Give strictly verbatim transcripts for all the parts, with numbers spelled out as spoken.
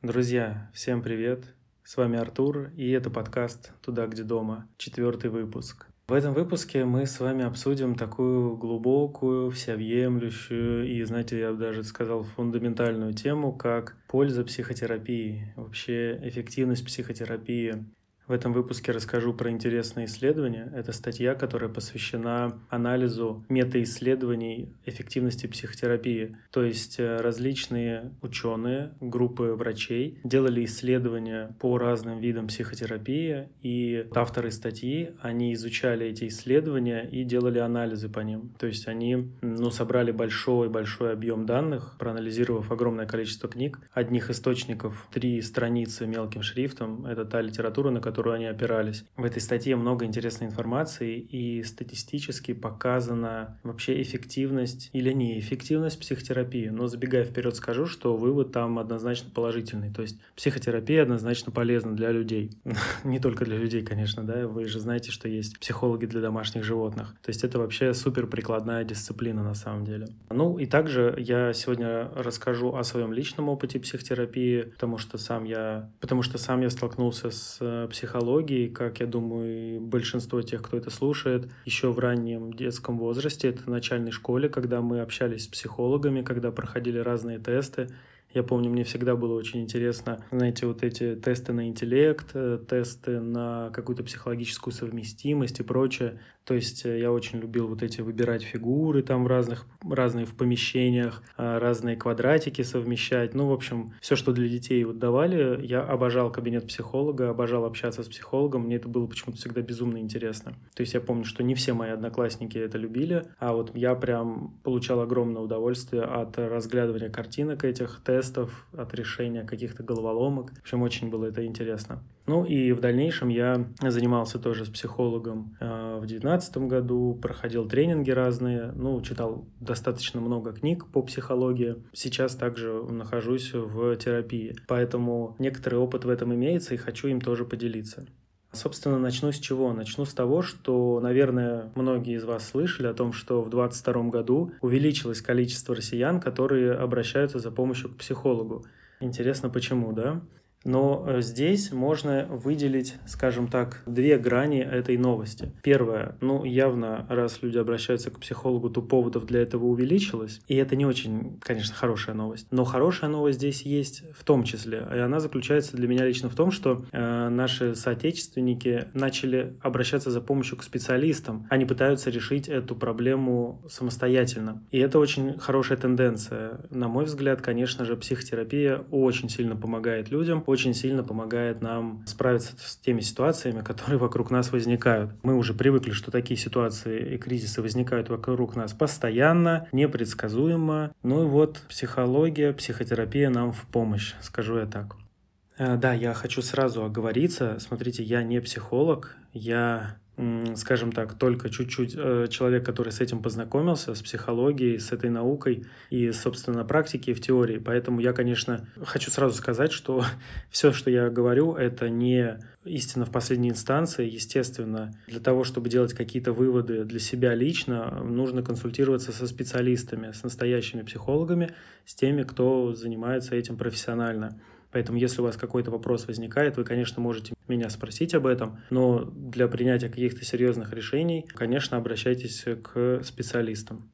Друзья, всем привет! С вами Артур, и это подкаст «Туда, где дома», четвертый выпуск. В этом выпуске мы с вами обсудим такую глубокую, всеобъемлющую и, знаете, я бы даже сказал, фундаментальную тему, как польза психотерапии, вообще эффективность психотерапии. В этом выпуске расскажу про интересные исследования. Это статья, которая посвящена анализу метаисследований эффективности психотерапии. То есть различные ученые, группы врачей делали исследования по разным видам психотерапии, и авторы статьи, они изучали эти исследования и делали анализы по ним. То есть они ну, собрали большой-большой объем данных, проанализировав огромное количество книг, одних источников, три страницы мелким шрифтом. Это та литература, на которую которую они опирались. В этой статье много интересной информации, и статистически показана вообще эффективность или неэффективность психотерапии. Но забегая вперед, скажу, что вывод там однозначно положительный. То есть психотерапия однозначно полезна для людей. Не только для людей, конечно, да. Вы же знаете, что есть психологи для домашних животных. То есть это вообще супер прикладная дисциплина на самом деле. Ну и также я сегодня расскажу о своем личном опыте психотерапии, потому что сам я, потому что сам я столкнулся с психотерапией психологии, как я думаю, и большинство тех, кто это слушает, еще в раннем детском возрасте, это в начальной школе, когда мы общались с психологами, когда проходили разные тесты. Я помню, мне всегда было очень интересно, знаете, вот эти тесты на интеллект, тесты на какую-то психологическую совместимость и прочее. То есть я очень любил вот эти выбирать фигуры там в разных, разные в помещениях, разные квадратики совмещать. Ну, в общем, все, что для детей вот давали. Я обожал кабинет психолога, обожал общаться с психологом. Мне это было почему-то всегда безумно интересно. То есть я помню, что не все мои одноклассники это любили, а вот я прям получал огромное удовольствие от разглядывания картинок этих тестов, от решения каких-то головоломок. В общем, очень было это интересно. Ну и в дальнейшем я занимался тоже с психологом э, в девятнадцатом году, проходил тренинги разные, ну, читал достаточно много книг по психологии. Сейчас также нахожусь в терапии, поэтому некоторый опыт в этом имеется, и хочу им тоже поделиться. Собственно, начну с чего? Начну с того, что, наверное, многие из вас слышали о том, что в двадцать втором году увеличилось количество россиян, которые обращаются за помощью к психологу. Интересно, почему, да? Но здесь можно выделить, скажем так, две грани этой новости. Первое, ну явно, раз люди обращаются к психологу, то поводов для этого увеличилось. И это не очень, конечно, хорошая новость. Но хорошая новость здесь есть в том числе. И она заключается для меня лично в том, что э, наши соотечественники начали обращаться за помощью к специалистам. Они пытаются решить эту проблему самостоятельно. И это очень хорошая тенденция. На мой взгляд, конечно же, психотерапия очень сильно помогает людям, очень сильно помогает нам справиться с теми ситуациями, которые вокруг нас возникают. Мы уже привыкли, что такие ситуации и кризисы возникают вокруг нас постоянно, непредсказуемо. Ну и вот психология, психотерапия нам в помощь, скажу я так. Да, я хочу сразу оговориться. Смотрите, я не психолог, я... скажем так, только чуть-чуть э, человек, который с этим познакомился, с психологией, с этой наукой и, собственно, на практике и в теории. Поэтому я, конечно, хочу сразу сказать, что все, что я говорю, это не истина в последней инстанции. Естественно, для того, чтобы делать какие-то выводы для себя лично, нужно консультироваться со специалистами, с настоящими психологами, с теми, кто занимается этим профессионально. Поэтому, если у вас какой-то вопрос возникает, вы, конечно, можете меня спросить об этом, но для принятия каких-то серьезных решений, конечно, обращайтесь к специалистам.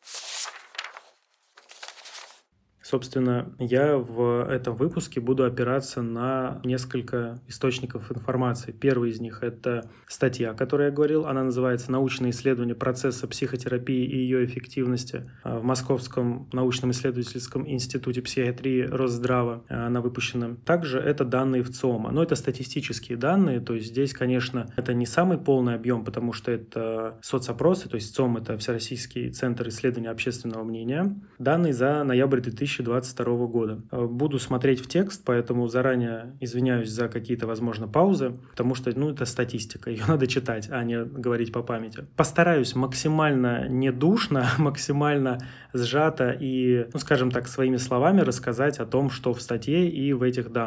Собственно, я в этом выпуске буду опираться на несколько источников информации. Первый из них – это статья, о которой я говорил. Она называется «Научное исследование процесса психотерапии и ее эффективности» в Московском научном исследовательском институте психиатрии Росздрава. Она выпущена. Также это данные ВЦИОМа. Но это статистические данные, то есть здесь, конечно, это не самый полный объем, потому что это соцопросы, то есть ЦИОМ – это Всероссийский центр исследования общественного мнения. Данные за ноябрь две тысячи двадцать второго года. Буду смотреть в текст, поэтому заранее извиняюсь за какие-то, возможно, паузы, потому что, ну, это статистика, ее надо читать, а не говорить по памяти. Постараюсь максимально недушно, максимально сжато и, ну, скажем так, своими словами рассказать о том, что в статье и в этих данных.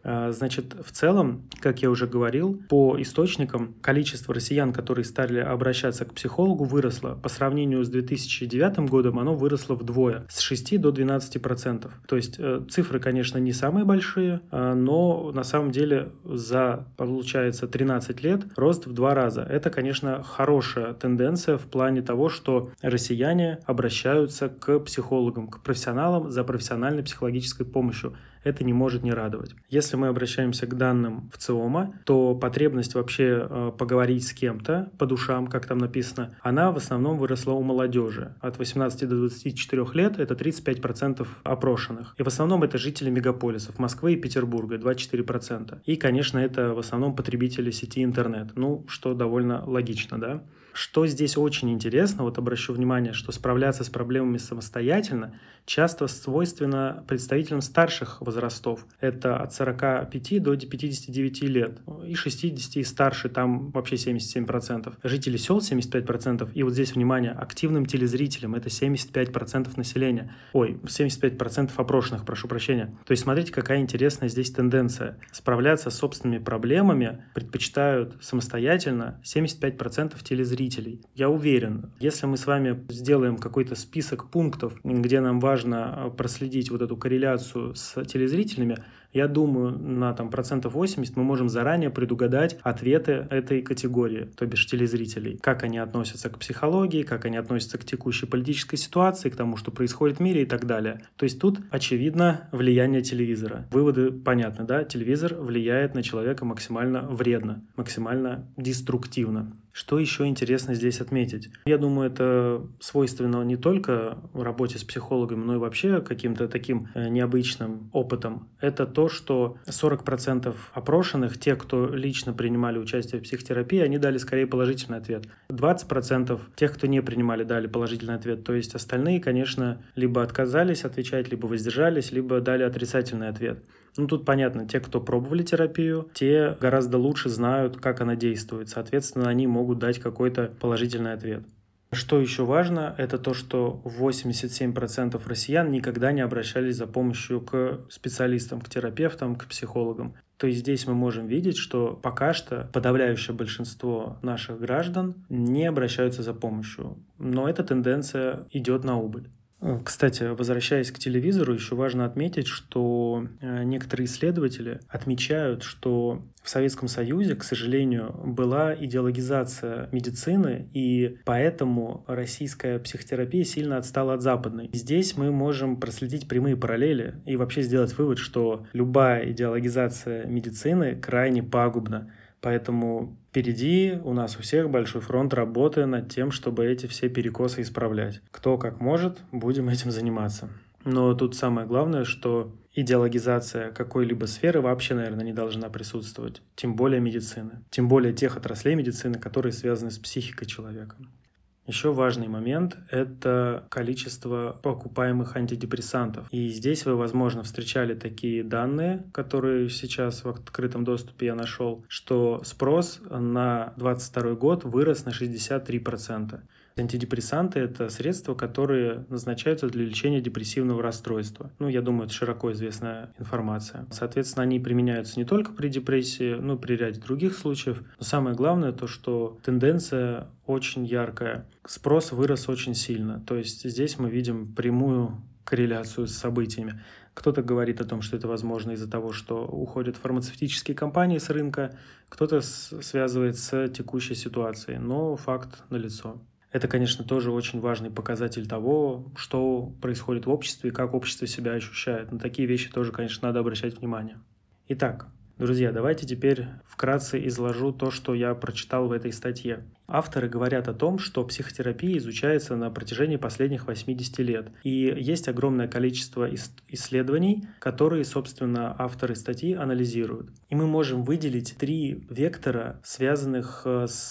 Значит, в целом, как я уже говорил, по источникам количество россиян, которые стали обращаться к психологу, выросло. По сравнению с две тысячи девятым годом оно выросло вдвое, с шести до двенадцати процентов. То есть цифры, конечно, не самые большие, но на самом деле за, получается, тринадцать лет рост в два раза. Это, конечно, хорошая тенденция в плане того, что россияне обращаются к психологам, к профессионалам за профессиональной психологической помощью. Это не может не радовать. Если мы обращаемся к данным ВЦИОМа, то потребность вообще э, поговорить с кем-то по душам, как там написано, она в основном выросла у молодежи. От восемнадцати до двадцати четырёх лет это тридцать пять процентов опрошенных. И в основном это жители мегаполисов Москвы и Петербурга, двадцать четыре процента. И, конечно, это в основном потребители сети интернет. Ну, что довольно логично, да? Что здесь очень интересно, вот обращу внимание, что справляться с проблемами самостоятельно часто свойственно представителям старших возрастов. Это от сорока пяти до пятидесяти девяти лет. И шестидесяти и старше, там вообще семьдесят семь процентов. Жители сел семьдесят пять процентов. И вот здесь, внимание, активным телезрителям это семьдесят пять процентов населения. Ой, семьдесят пять процентов опрошенных, прошу прощения. То есть смотрите, какая интересная здесь тенденция. Справляться с собственными проблемами предпочитают самостоятельно семьдесят пять процентов телезрителей. Я уверен, если мы с вами сделаем какой-то список пунктов, где нам важно проследить вот эту корреляцию с телезрителями, я думаю, на там, процентов восемьдесят мы можем заранее предугадать ответы этой категории, то бишь телезрителей. Как они относятся к психологии, как они относятся к текущей политической ситуации, к тому, что происходит в мире и так далее. То есть тут, очевидно, влияние телевизора. Выводы понятны, да? Телевизор влияет на человека максимально вредно, максимально деструктивно. Что еще интересно здесь отметить? Я думаю, это свойственно не только в работе с психологами, но и вообще каким-то таким необычным опытом. Это то, что сорок процентов опрошенных, те, кто лично принимали участие в психотерапии, они дали скорее положительный ответ. двадцать процентов тех, кто не принимали, дали положительный ответ. То есть остальные, конечно, либо отказались отвечать, либо воздержались, либо дали отрицательный ответ. Ну, тут понятно, те, кто пробовали терапию, те гораздо лучше знают, как она действует. Соответственно, они могут дать какой-то положительный ответ. Что еще важно, это то, что восемьдесят семь процентов россиян никогда не обращались за помощью к специалистам, к терапевтам, к психологам. То есть здесь мы можем видеть, что пока что подавляющее большинство наших граждан не обращаются за помощью. Но эта тенденция идет на убыль. Кстати, возвращаясь к телевизору, еще важно отметить, что некоторые исследователи отмечают, что в Советском Союзе, к сожалению, была идеологизация медицины, и поэтому российская психотерапия сильно отстала от западной. Здесь мы можем проследить прямые параллели и вообще сделать вывод, что любая идеологизация медицины крайне пагубна. Поэтому впереди у нас у всех большой фронт работы над тем, чтобы эти все перекосы исправлять. Кто как может, будем этим заниматься. Но тут самое главное, что идеологизация какой-либо сферы вообще, наверное, не должна присутствовать. Тем более медицины. Тем более тех отраслей медицины, которые связаны с психикой человека. Еще важный момент – это количество покупаемых антидепрессантов. И здесь вы, возможно, встречали такие данные, которые сейчас в открытом доступе я нашел, что спрос на двадцать второй год вырос на шестьдесят три процента. Антидепрессанты – это средства, которые назначаются для лечения депрессивного расстройства. Ну, я думаю, это широко известная информация. Соответственно, они применяются не только при депрессии, но и при ряде других случаев. Но самое главное то, что тенденция очень яркая. Спрос вырос очень сильно. То есть здесь мы видим прямую корреляцию с событиями. Кто-то говорит о том, что это возможно из-за того, что уходят фармацевтические компании с рынка, кто-то связывает с текущей ситуацией, но факт налицо. Это, конечно, тоже очень важный показатель того, что происходит в обществе и как общество себя ощущает. На такие вещи тоже, конечно, надо обращать внимание. Итак, друзья, давайте теперь вкратце изложу то, что я прочитал в этой статье. Авторы говорят о том, что психотерапия изучается на протяжении последних восьмидесяти лет. И есть огромное количество исследований, которые, собственно, авторы статьи анализируют. И мы можем выделить три вектора, связанных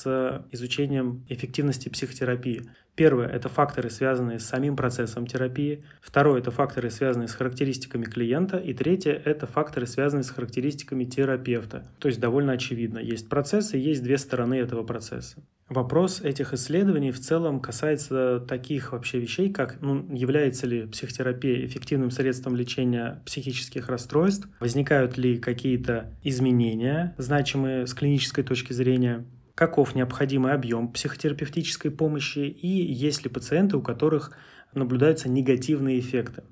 с изучением эффективности психотерапии. Первое – это факторы, связанные с самим процессом терапии. Второе – это факторы, связанные с характеристиками клиента. И третье – это факторы, связанные с характеристиками терапевта. То есть довольно очевидно. Есть процесс и есть две стороны этого процесса. Вопрос этих исследований в целом касается таких вообще вещей, как ну, является ли психотерапия эффективным средством лечения психических расстройств, возникают ли какие-то изменения, значимые с клинической точки зрения, каков необходимый объем психотерапевтической помощи и есть ли пациенты, у которых наблюдаются негативные эффекты.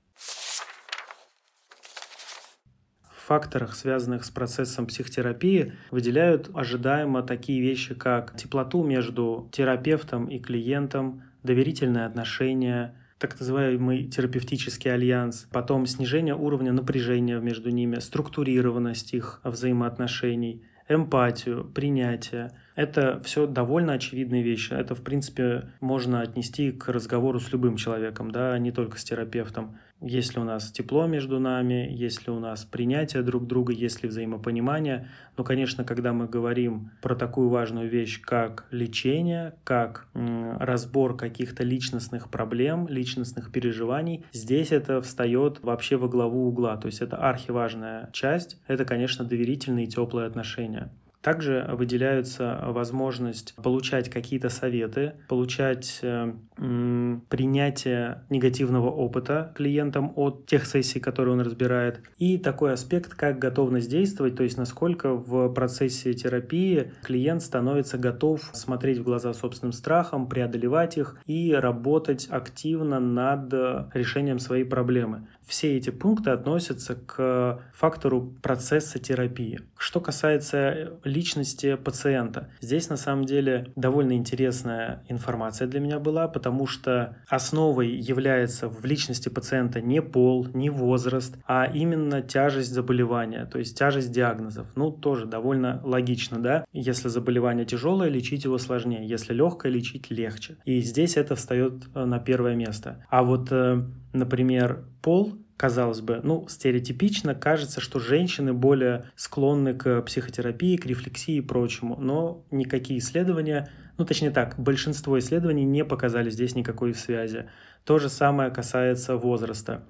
В факторах, связанных с процессом психотерапии, выделяют ожидаемо такие вещи, как теплоту между терапевтом и клиентом, доверительные отношения, так называемый терапевтический альянс, потом снижение уровня напряжения между ними, структурированность их взаимоотношений, эмпатию, принятие. Это все довольно очевидные вещи. Это, в принципе, можно отнести к разговору с любым человеком, да, не только с терапевтом. Есть ли у нас тепло между нами, есть ли у нас принятие друг друга, есть ли взаимопонимание. Но, конечно, когда мы говорим про такую важную вещь, как лечение, как м, разбор каких-то личностных проблем, личностных переживаний, здесь это встает вообще во главу угла. То есть это архиважная часть, это, конечно, доверительные и теплые отношения. Также выделяется возможность получать какие-то советы, получать э, м, принятие негативного опыта клиентам от тех сессий, которые он разбирает. И такой аспект, как готовность действовать, то есть насколько в процессе терапии клиент становится готов смотреть в глаза собственным страхам, преодолевать их и работать активно над решением своей проблемы. Все эти пункты относятся к фактору процесса терапии. Что касается личности пациента, здесь на самом деле довольно интересная информация для меня была, потому что основой является в личности пациента не пол, не возраст, а именно тяжесть заболевания, то есть тяжесть диагнозов. Ну, тоже довольно логично, да? Если заболевание тяжелое, лечить его сложнее, если легкое, лечить легче. И здесь это встает на первое место. А вот, например, пол, казалось бы, ну, стереотипично кажется, что женщины более склонны к психотерапии, к рефлексии и прочему, но никакие исследования, ну, точнее так, большинство исследований не показали здесь никакой связи. То же самое касается возраста.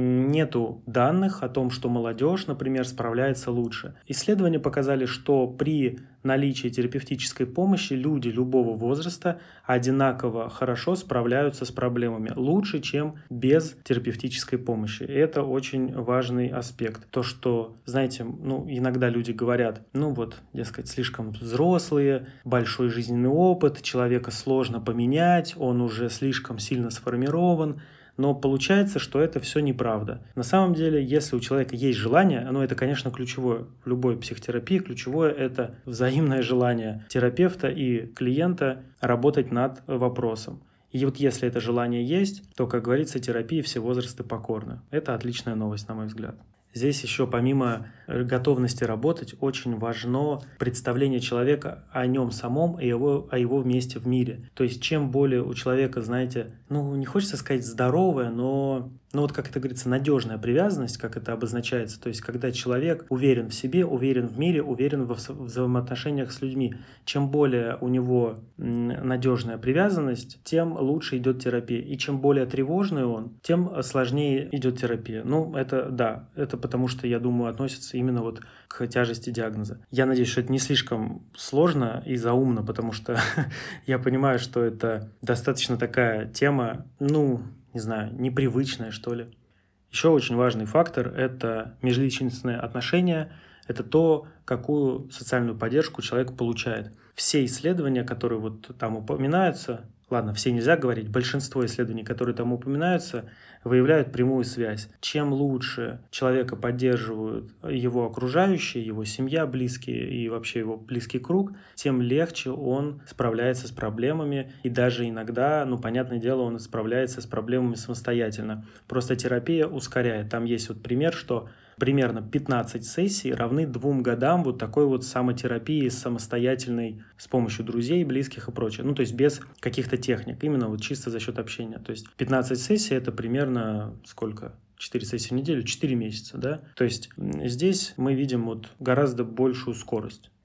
Нету данных о том, что молодежь, например, справляется лучше. Исследования показали, что при наличии терапевтической помощи люди любого возраста одинаково хорошо справляются с проблемами, лучше, чем без терапевтической помощи. И это очень важный аспект. То, что, знаете, ну, иногда люди говорят, ну вот, дескать, слишком взрослые, большой жизненный опыт, человека сложно поменять, он уже слишком сильно сформирован. Но получается, что это все неправда. На самом деле, если у человека есть желание, оно это, конечно, ключевое в любой психотерапии, ключевое это взаимное желание терапевта и клиента работать над вопросом. И вот если это желание есть, то, как говорится, терапии все возрасты покорны. Это отличная новость, на мой взгляд. Здесь еще помимо готовности работать очень важно представление человека о нем самом и его, о его месте в мире. То есть чем более у человека, знаете, ну не хочется сказать здоровая, но ну вот как это говорится, надежная привязанность, как это обозначается. То есть когда человек уверен в себе, уверен в мире, уверен во вза- взаимоотношениях с людьми. Чем более у него м, надежная привязанность, тем лучше идет терапия. И чем более тревожный он, тем сложнее идет терапия. Ну это да, это потому что, я думаю, относится именно вот к тяжести диагноза. Я надеюсь, что это не слишком сложно и заумно, потому что я понимаю, что это достаточно такая тема, ну, не знаю, непривычная, что ли. Еще очень важный фактор – это межличностные отношения, это то, какую социальную поддержку человек получает. Все исследования, которые вот там упоминаются, ладно, все нельзя говорить, большинство исследований, которые там упоминаются, выявляют прямую связь. Чем лучше человека поддерживают его окружающие, его семья, близкие и вообще его близкий круг, тем легче он справляется с проблемами. И даже иногда, ну, понятное дело, он справляется с проблемами самостоятельно. Просто терапия ускоряет. Там есть вот пример, что примерно пятнадцать сессий равны двум годам вот такой вот самотерапии самостоятельной с помощью друзей, близких и прочее. Ну, то есть без каких-то техник, именно вот чисто за счет общения. То есть пятнадцать сессий – это примерно сколько? четыре сессии в неделю, четыре месяца, да? То есть здесь мы видим вот гораздо большую скорость.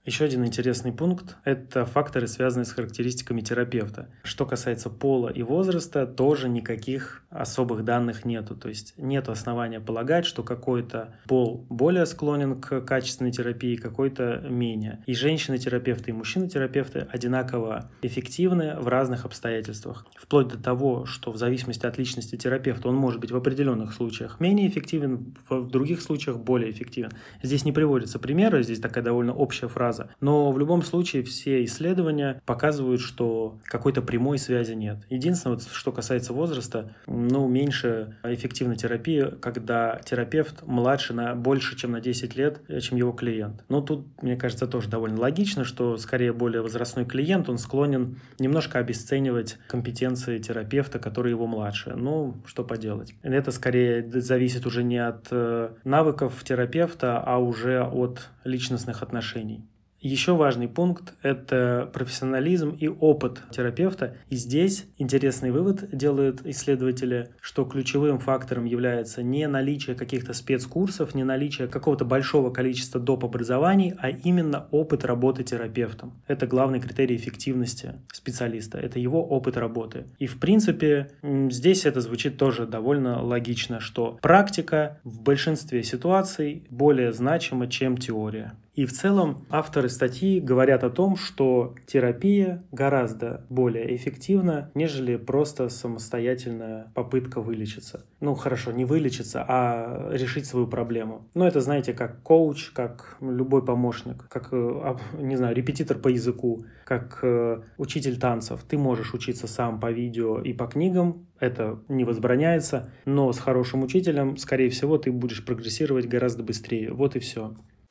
Еще один интересный пункт – это факторы, связанные с характеристиками терапевта. Что касается пола и возраста, тоже никаких особых данных нету. То есть нет основания полагать, что какой-то пол более склонен к качественной терапии, какой-то менее. И женщины-терапевты, и мужчины-терапевты одинаково эффективны в разных обстоятельствах. Вплоть до того, что в зависимости от личности терапевта он может быть в определенных случаях менее эффективен, в других случаях более эффективен. Здесь не приводятся примеры, здесь такая довольно общая фраза. Но в любом случае все исследования показывают, что какой-то прямой связи нет. Единственное, вот, что касается возраста, ну, меньше эффективна терапия, когда терапевт младше на больше, чем на десять лет, чем его клиент. Но тут, мне кажется, тоже довольно логично, что скорее более возрастной клиент, он склонен немножко обесценивать компетенции терапевта, который его младше. Ну, что поделать. Это скорее зависит уже не от навыков терапевта, а уже от личностных отношений. Еще важный пункт – это профессионализм и опыт терапевта. И здесь интересный вывод делают исследователи, что ключевым фактором является не наличие каких-то спецкурсов, не наличие какого-то большого количества доп. Образований, а именно опыт работы терапевтом. Это главный критерий эффективности специалиста, это его опыт работы. И в принципе здесь это звучит тоже довольно логично, что практика в большинстве ситуаций более значима, чем теория. И в целом авторы статьи говорят о том, что терапия гораздо более эффективна, нежели просто самостоятельная попытка вылечиться. Ну хорошо, не вылечиться, а решить свою проблему. Но это, знаете, как коуч, как любой помощник, как, не знаю, репетитор по языку, как учитель танцев. Ты можешь учиться сам по видео и по книгам, это не возбраняется, но с хорошим учителем, скорее всего, ты будешь прогрессировать гораздо быстрее. Вот и все.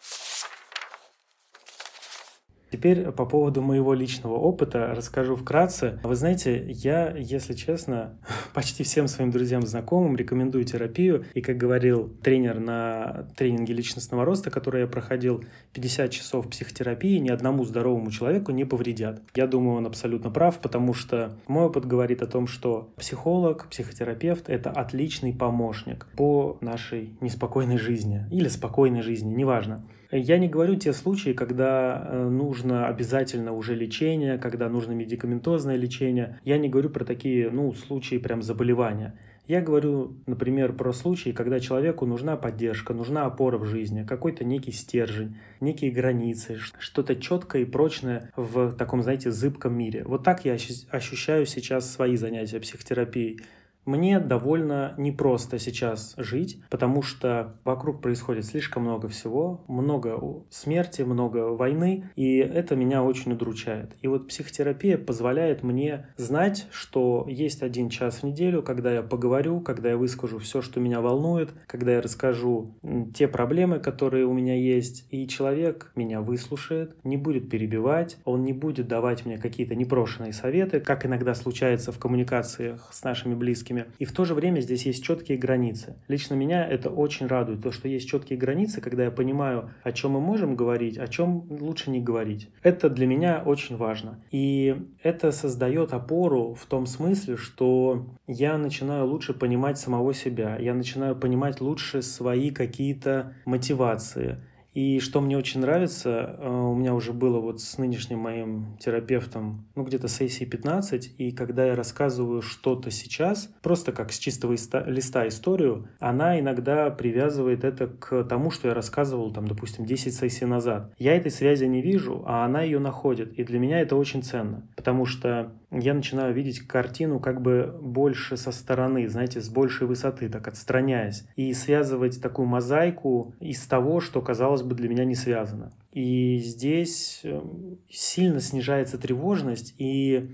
Теперь по поводу моего личного опыта расскажу вкратце. Вы знаете, я, если честно, почти всем своим друзьям, знакомым рекомендую терапию. И, как говорил тренер на тренинге личностного роста, который я проходил, пятьдесят часов психотерапии ни одному здоровому человеку не повредят. Я думаю, он абсолютно прав, потому что мой опыт говорит о том, что психолог, психотерапевт – это отличный помощник по нашей неспокойной жизни или спокойной жизни, неважно. Я не говорю те случаи, когда нужно обязательно уже лечение, когда нужно медикаментозное лечение. Я не говорю про такие, ну, случаи прям заболевания. Я говорю, например, про случаи, когда человеку нужна поддержка, нужна опора в жизни, какой-то некий стержень, некие границы, что-то четкое и прочное в таком, знаете, зыбком мире. Вот так я ощущаю сейчас свои занятия психотерапией. Мне довольно непросто сейчас жить, потому что вокруг происходит слишком много всего, много смерти, много войны, и это меня очень удручает. И вот психотерапия позволяет мне знать, что есть один час в неделю, когда я поговорю, когда я выскажу все, что меня волнует, когда я расскажу те проблемы, которые у меня есть, и человек меня выслушает, не будет перебивать, он не будет давать мне какие-то непрошенные советы, как иногда случается в коммуникациях с нашими близкими. И в то же время здесь есть четкие границы. Лично меня это очень радует, то, что есть четкие границы, когда я понимаю, о чем мы можем говорить, о чем лучше не говорить. Это для меня очень важно. И это создает опору в том смысле, что я начинаю лучше понимать самого себя, я начинаю понимать лучше свои какие-то мотивации. И что мне очень нравится, у меня уже было вот с нынешним моим терапевтом, ну, где-то сессии пятнадцать, и когда я рассказываю что-то сейчас, просто как с чистого листа историю, она иногда привязывает это к тому, что я рассказывал, там, допустим, десять сессий назад. Я этой связи не вижу, а она ее находит, и для меня это очень ценно, потому что я начинаю видеть картину как бы больше со стороны, знаете, с большей высоты, так отстраняясь, и связывать такую мозаику из того, что, казалось бы, для меня не связано. И здесь сильно снижается тревожность и,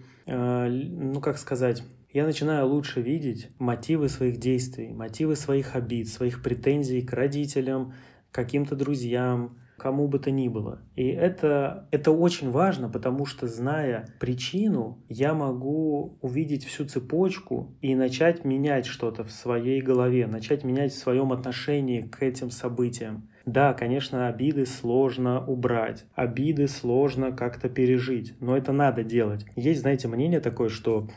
ну как сказать, я начинаю лучше видеть мотивы своих действий, мотивы своих обид, своих претензий к родителям, к каким-то друзьям, кому бы то ни было. И это, это очень важно, потому что, зная причину, я могу увидеть всю цепочку и начать менять что-то в своей голове, начать менять в своем отношении к этим событиям. Да, конечно, обиды сложно убрать, обиды сложно как-то пережить, но это надо делать. Есть, знаете, мнение такое, что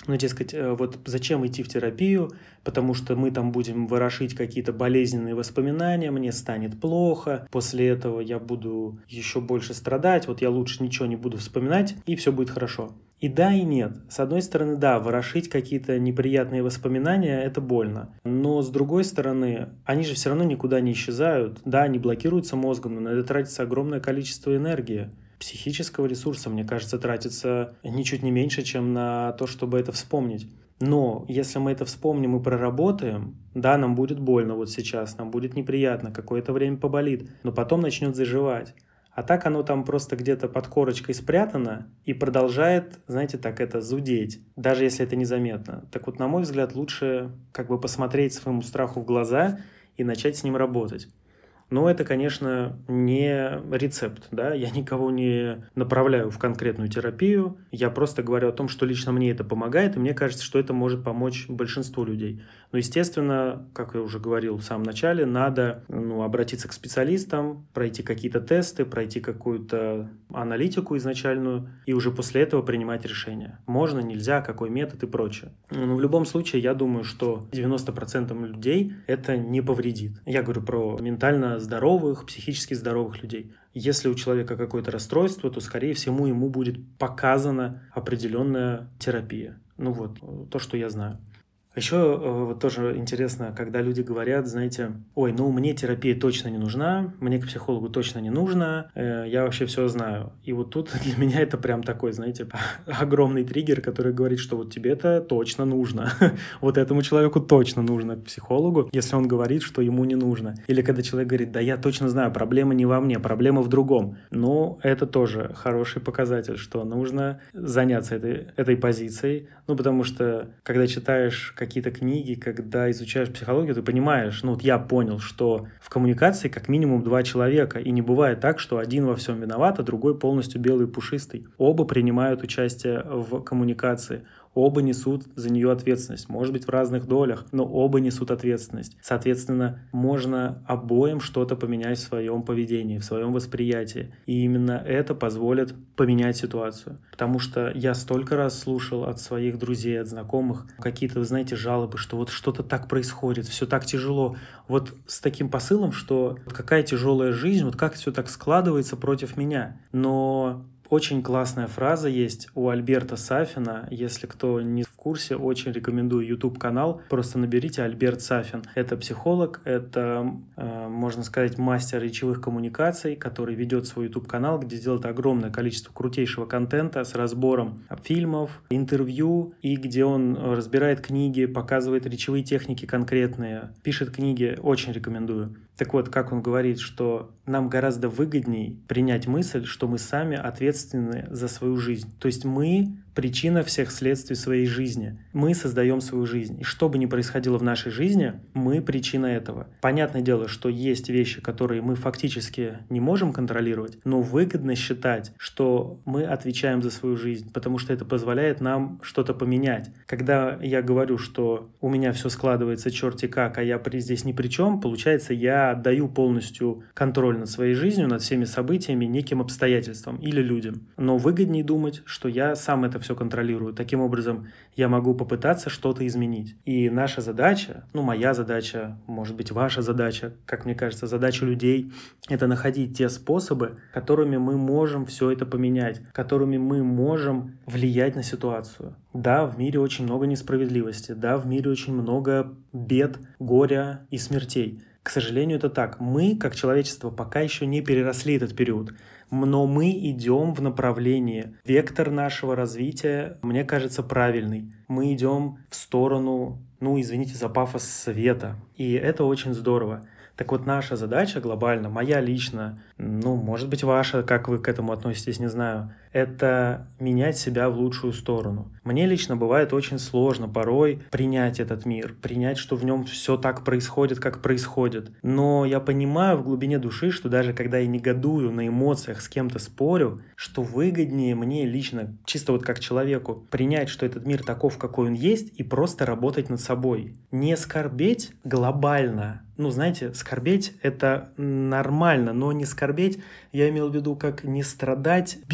Ну, дескать, вот зачем идти в терапию, потому что мы там будем ворошить какие-то болезненные воспоминания, мне станет плохо, после этого я буду еще больше страдать, вот я лучше ничего не буду вспоминать, и все будет хорошо. И да, и нет. С одной стороны, да, ворошить какие-то неприятные воспоминания – это больно. Но с другой стороны, они же все равно никуда не исчезают. Да, они блокируются мозгом, но на это тратится огромное количество энергии. Психического ресурса, мне кажется, тратится ничуть не меньше, чем на то, чтобы это вспомнить. Но если мы это вспомним и проработаем, да, нам будет больно вот сейчас, нам будет неприятно, какое-то время поболит, но потом начнет заживать. А так оно там просто где-то под корочкой спрятано и продолжает, знаете, так это зудеть, даже если это незаметно. Так вот, на мой взгляд, лучше как бы посмотреть своему страху в глаза и начать с ним работать. Но это, конечно, не рецепт, да, я никого не направляю в конкретную терапию, я просто говорю о том, что лично мне это помогает, и мне кажется, что это может помочь большинству людей. Но, естественно, как я уже говорил в самом начале, надо ну, обратиться к специалистам, пройти какие-то тесты, пройти какую-то аналитику изначальную, и уже после этого принимать решение. Можно, нельзя, какой метод и прочее. Но в любом случае, я думаю, что девяносто процентов людей это не повредит. Я говорю про ментально здоровых, психически здоровых людей. Если у человека какое-то расстройство, то, скорее всего, ему будет показана определенная терапия. Ну вот, то, что я знаю. Еще вот тоже интересно, когда люди говорят, знаете, ой, ну мне терапия точно не нужна, мне к психологу точно не нужно, э, я вообще все знаю. И вот тут для меня это прям такой, знаете, огромный триггер, который говорит, что вот тебе это точно нужно. Вот этому человеку точно нужно к психологу, если он говорит, что ему не нужно. Или когда человек говорит, да я точно знаю, проблема не во мне, проблема в другом. Ну, это тоже хороший показатель, что нужно заняться этой, этой позицией. Ну, потому что, когда читаешь какие-то книги, когда изучаешь психологию, ты понимаешь, ну вот я понял, что в коммуникации как минимум два человека, и не бывает так, что один во всем виноват, а другой полностью белый и пушистый. Оба принимают участие в коммуникации, оба несут за нее ответственность, может быть в разных долях, но оба несут ответственность. Соответственно, можно обоим что-то поменять в своем поведении, в своем восприятии, и именно это позволит поменять ситуацию. Потому что я столько раз слушал от своих друзей, от знакомых какие-то, вы знаете, жалобы, что вот что-то так происходит, все так тяжело. Вот с таким посылом, что какая тяжелая жизнь, вот как все так складывается против меня. Но очень классная фраза есть у Альберта Сафина. Если кто не в курсе, очень рекомендую YouTube-канал. Просто наберите Альберт Сафин. Это психолог, это, э, можно сказать, мастер речевых коммуникаций, который ведет свой YouTube-канал, где делает огромное количество крутейшего контента с разбором фильмов, интервью, и где он разбирает книги, показывает речевые техники конкретные, пишет книги. Очень рекомендую. Так вот, как он говорит, что нам гораздо выгодней принять мысль, что мы сами ответственны за свою жизнь. То есть мы причина всех следствий своей жизни. Мы создаем свою жизнь. И что бы ни происходило в нашей жизни, мы причина этого. Понятное дело, что есть вещи, которые мы фактически не можем контролировать, но выгодно считать, что мы отвечаем за свою жизнь, потому что это позволяет нам что-то поменять. Когда я говорю, что у меня все складывается черти как, а я здесь ни при чем, получается, я отдаю полностью контроль над своей жизнью, над всеми событиями неким обстоятельствам или людям. Но выгоднее думать, что я сам это все контролирую. Таким образом, я могу попытаться что-то изменить. И наша задача, ну, моя задача, может быть, ваша задача, как мне кажется, задача людей, это находить те способы, которыми мы можем все это поменять, которыми мы можем влиять на ситуацию. Да, в мире очень много несправедливости, да, в мире очень много бед, горя и смертей. К сожалению, это так. Мы, как человечество, пока еще не переросли этот период, но мы идем в направлении. Вектор нашего развития, мне кажется, правильный. Мы идем в сторону, ну, извините за пафос, света. И это очень здорово. Так вот, наша задача глобально, моя лично, ну, может быть, ваша, как вы к этому относитесь, не знаю, это менять себя в лучшую сторону. Мне лично бывает очень сложно порой принять этот мир, принять, что в нем все так происходит, как происходит. Но я понимаю в глубине души, что даже когда я негодую, на эмоциях с кем-то спорю, что выгоднее мне лично, чисто вот как человеку, принять, что этот мир таков, какой он есть, и просто работать над собой. Не скорбеть глобально. Ну, знаете, скорбеть — это нормально, но не скорбеть, я имел в виду, как не страдать бездействием.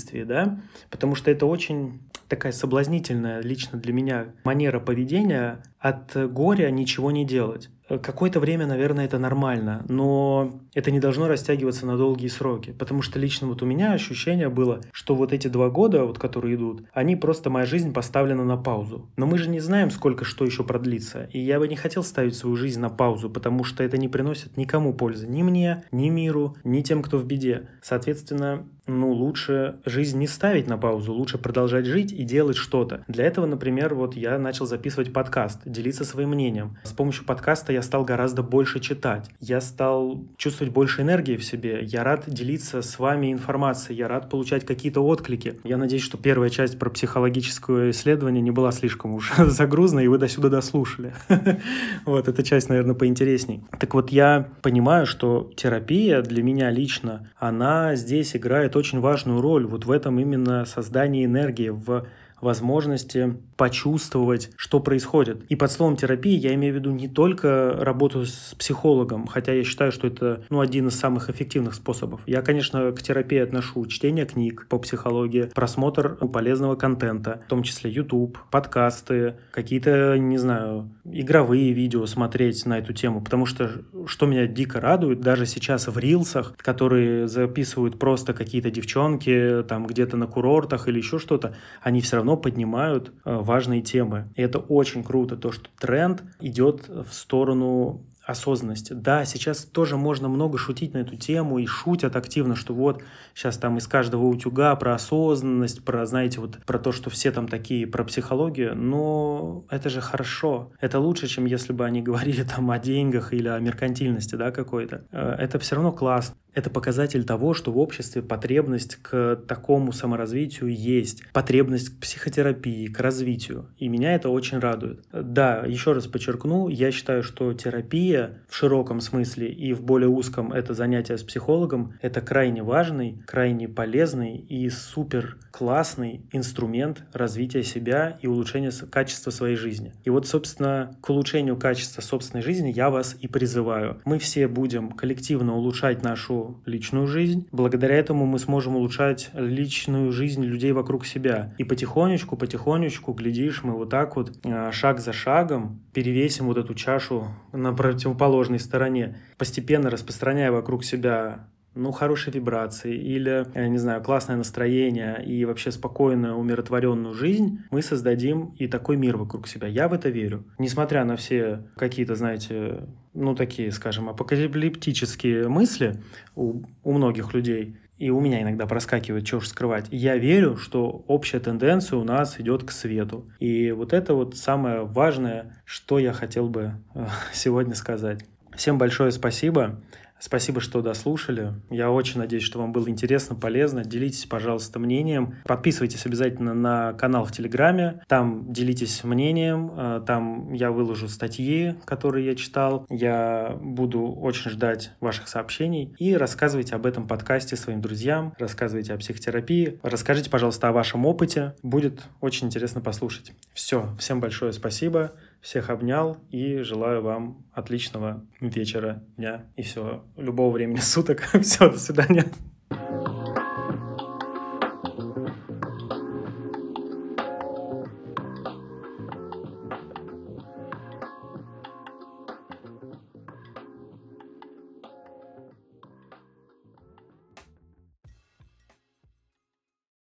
действии, да, потому что это очень такая соблазнительная лично для меня манера поведения от горя ничего не делать. Какое-то время, наверное, это нормально, но это не должно растягиваться на долгие сроки, потому что лично вот у меня ощущение было, что вот эти два года, вот, которые идут, они просто, моя жизнь поставлена на паузу. Но мы же не знаем, сколько что еще продлится, и я бы не хотел ставить свою жизнь на паузу, потому что это не приносит никому пользы, ни мне, ни миру, ни тем, кто в беде. Соответственно, ну, лучше жизнь не ставить на паузу, лучше продолжать жить и делать что-то. Для этого, например, вот я начал записывать подкаст, делиться своим мнением. С помощью подкаста я стал гораздо больше читать. Я стал чувствовать больше энергии в себе. Я рад делиться с вами информацией. Я рад получать какие-то отклики. Я надеюсь, что первая часть про психологическое исследование не была слишком уж загрузной, и вы до сюда дослушали. Вот, эта часть, наверное, поинтересней. Так вот, я понимаю, что терапия для меня лично, она здесь играет очень важную роль вот в этом именно создании энергии, в возможности почувствовать, что происходит. И под словом терапия я имею в виду не только работу с психологом, хотя я считаю, что это ну, один из самых эффективных способов. Я, конечно, к терапии отношу чтение книг по психологии, просмотр полезного контента, в том числе YouTube, подкасты, какие-то, не знаю, игровые видео смотреть на эту тему, потому что что меня дико радует, даже сейчас в рилсах, которые записывают просто какие-то девчонки там где-то на курортах или еще что-то, они все равно поднимают э, важные темы. И это очень круто, то, что тренд идет в сторону осознанности. Да, сейчас тоже можно много шутить на эту тему и шутят активно, что вот сейчас там из каждого утюга про осознанность, про, знаете, вот про то, что все там такие, про психологию, но это же хорошо. Это лучше, чем если бы они говорили там о деньгах или о меркантильности, да, какой-то. Это все равно классно. Это показатель того, что в обществе потребность к такому саморазвитию есть, потребность к психотерапии, к развитию. И меня это очень радует. Да, еще раз подчеркну, я считаю, что терапия в широком смысле и в более узком это занятие с психологом, это крайне важный, крайне полезный и супер классный инструмент развития себя и улучшения качества своей жизни. И вот, собственно, к улучшению качества собственной жизни я вас и призываю. Мы все будем коллективно улучшать нашу личную жизнь. Благодаря этому мы сможем улучшать личную жизнь людей вокруг себя. И потихонечку, потихонечку, глядишь, мы вот так вот шаг за шагом перевесим вот эту чашу на противоположной стороне, постепенно распространяя вокруг себя ну, хорошие вибрации или, я не знаю, классное настроение и вообще спокойную, умиротворенную жизнь, мы создадим и такой мир вокруг себя. Я в это верю. Несмотря на все какие-то, знаете, ну, такие, скажем, апокалиптические мысли у, у многих людей, и у меня иногда проскакивает, что уж скрывать, я верю, что общая тенденция у нас идет к свету. И вот это вот самое важное, что я хотел бы сегодня сказать. Всем большое спасибо. Спасибо, что дослушали. Я очень надеюсь, что вам было интересно, полезно. Делитесь, пожалуйста, мнением. Подписывайтесь обязательно на канал в Телеграме. Там делитесь мнением. Там я выложу статьи, которые я читал. Я буду очень ждать ваших сообщений. И рассказывайте об этом подкасте своим друзьям. Рассказывайте о психотерапии. Расскажите, пожалуйста, о вашем опыте. Будет очень интересно послушать. Все. Всем большое спасибо. Всех обнял и желаю вам отличного вечера, дня и все, любого времени суток. Все, до свидания.